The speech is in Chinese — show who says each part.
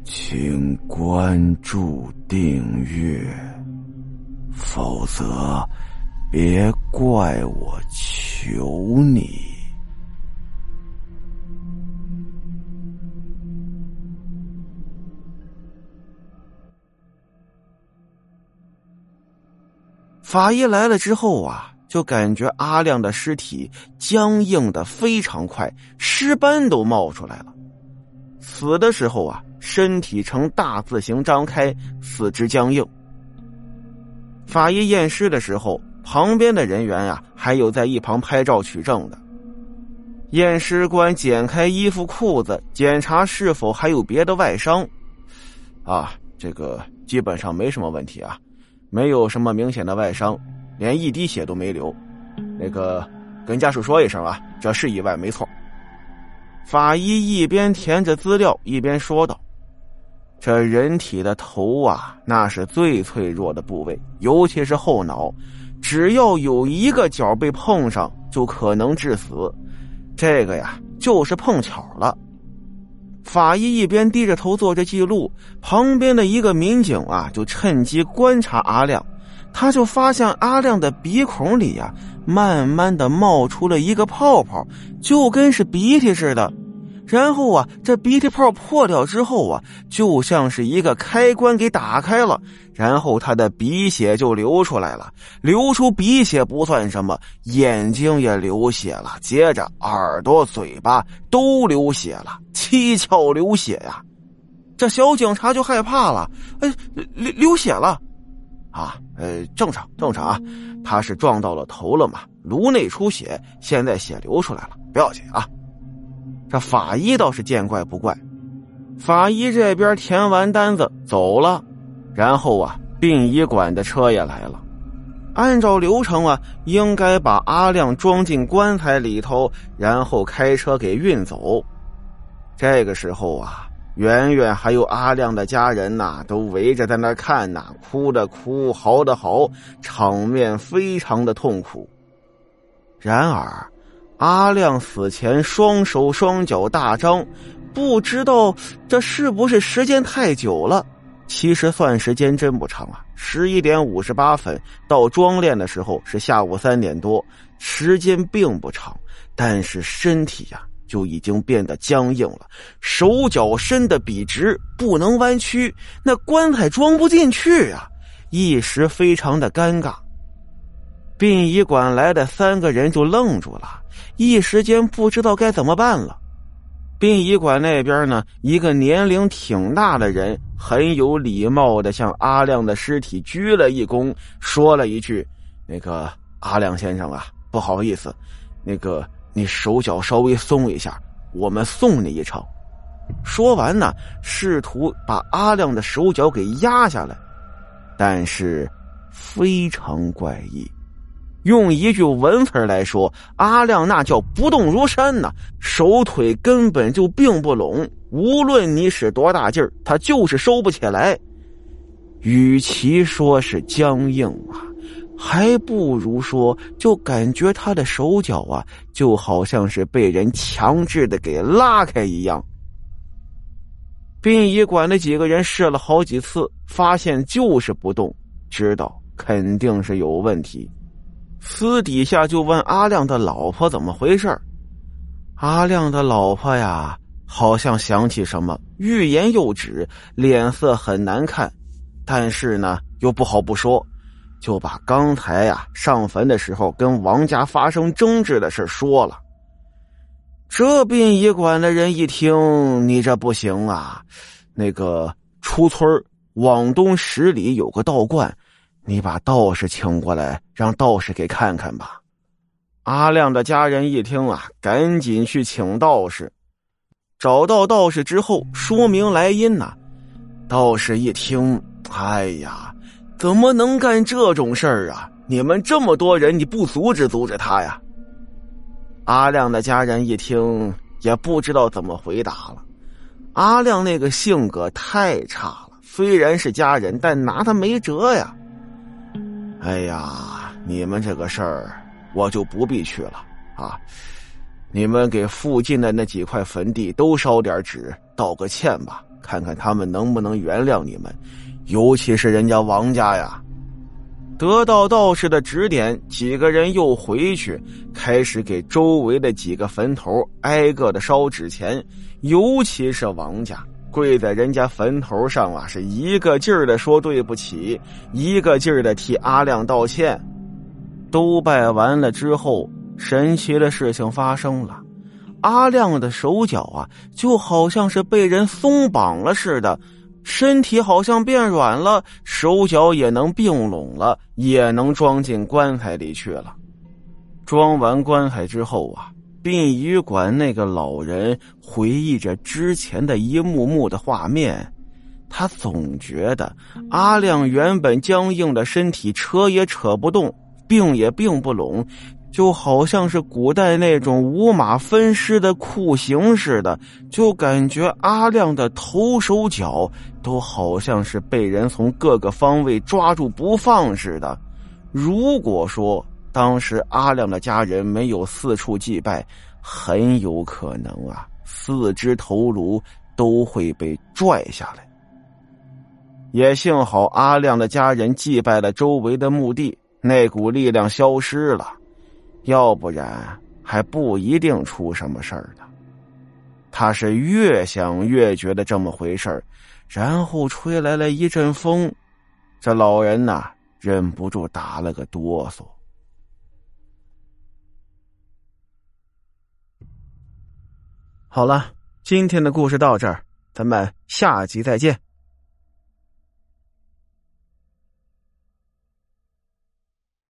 Speaker 1: 请关注订阅，否则别怪我求你。
Speaker 2: 法医来了之后啊，就感觉阿亮的尸体僵硬的非常快，尸斑都冒出来了。死的时候啊，身体呈大字形张开，四肢僵硬。法医验尸的时候，旁边的人员啊，还有在一旁拍照取证的。验尸官剪开衣服裤子，检查是否还有别的外伤。这个基本上没什么问题啊，没有什么明显的外伤，连一滴血都没流。跟家属说一声啊，这是意外没错。法医一边填着资料一边说道，这人体的头啊，那是最脆弱的部位，尤其是后脑，只要有一个角被碰上就可能致死，这个呀就是碰巧了。法医一边低着头做着记录，旁边的一个民警啊就趁机观察阿亮，他就发现阿亮的鼻孔里啊慢慢的冒出了一个泡泡，就跟是鼻涕似的。然后啊，这鼻涕泡破掉之后啊，就像是一个开关给打开了，然后他的鼻血就流出来了。流出鼻血不算什么，眼睛也流血了，接着耳朵嘴巴都流血了，七窍流血呀。这小警察就害怕了，流血了正常啊，他是撞到了头了嘛，颅内出血，现在血流出来了，不要紧啊。这法医倒是见怪不怪，法医这边填完单子走了，然后啊，殡仪馆的车也来了。按照流程啊，应该把阿亮装进棺材里头，然后开车给运走。这个时候啊，圆圆还有阿亮的家人呐，都围着在那看呐，哭的哭，嚎的嚎，场面非常的痛苦。然而阿亮死前双手双脚大张，不知道这是不是时间太久了。其实算时间真不长啊，11点58分到装殓的时候是下午3点多，时间并不长，但是身体呀就已经变得僵硬了，手脚伸得笔直，不能弯曲，那棺材装不进去啊，一时非常的尴尬。殡仪馆来的3个人就愣住了，一时间不知道该怎么办了。殡仪馆那边呢，一个年龄挺大的人很有礼貌的向阿亮的尸体鞠了一躬，说了一句，阿亮先生啊，不好意思，你手脚稍微松一下，我们送你一程。说完呢，试图把阿亮的手脚给压下来，但是非常怪异。用一句文词来说，阿亮那叫不动如山呐，手腿根本就并不拢，无论你使多大劲儿，他就是收不起来。与其说是僵硬啊，还不如说就感觉他的手脚啊，就好像是被人强制的给拉开一样。殡仪馆的几个人试了好几次，发现就是不动，知道肯定是有问题。私底下就问阿亮的老婆怎么回事。阿亮的老婆呀，好像想起什么，欲言又止，脸色很难看，但是呢又不好不说，就把刚才呀上坟的时候跟王家发生争执的事说了。这殡仪馆的人一听，你这不行啊，出村往东10里有个道观，你把道士请过来，让道士给看看吧。阿亮的家人一听啊，赶紧去请道士。找到道士之后，说明来因呐。道士一听，哎呀，怎么能干这种事儿啊？你们这么多人，你不阻止他呀？阿亮的家人一听，也不知道怎么回答了。阿亮那个性格太差了，虽然是家人，但拿他没辙呀。哎呀，你们这个事儿我就不必去了啊！你们给附近的那几块坟地都烧点纸，道个歉吧， 看看他们能不能原谅你们，尤其是人家王家呀。得到道士的指点，几个人又回去，开始给周围的几个坟头挨个的烧纸钱，尤其是王家，跪在人家坟头上啊，是一个劲儿的说对不起，一个劲儿的替阿亮道歉。都拜完了之后，神奇的事情发生了，阿亮的手脚啊，就好像是被人松绑了似的，身体好像变软了，手脚也能并拢了，也能装进棺材里去了。装完棺材之后啊，殡仪馆那个老人回忆着之前的一幕幕的画面，他总觉得阿亮原本僵硬的身体扯也扯不动，并也并不拢，就好像是古代那种五马分尸的酷刑似的，就感觉阿亮的头手脚都好像是被人从各个方位抓住不放似的。如果说当时阿亮的家人没有四处祭拜，很有可能啊，四只头颅都会被拽下来。也幸好阿亮的家人祭拜了周围的墓地，那股力量消失了，要不然还不一定出什么事儿的。他是越想越觉得这么回事儿，然后吹来了一阵风，这老人呐，忍不住打了个哆嗦。好了，今天的故事到这儿，咱们下集再见。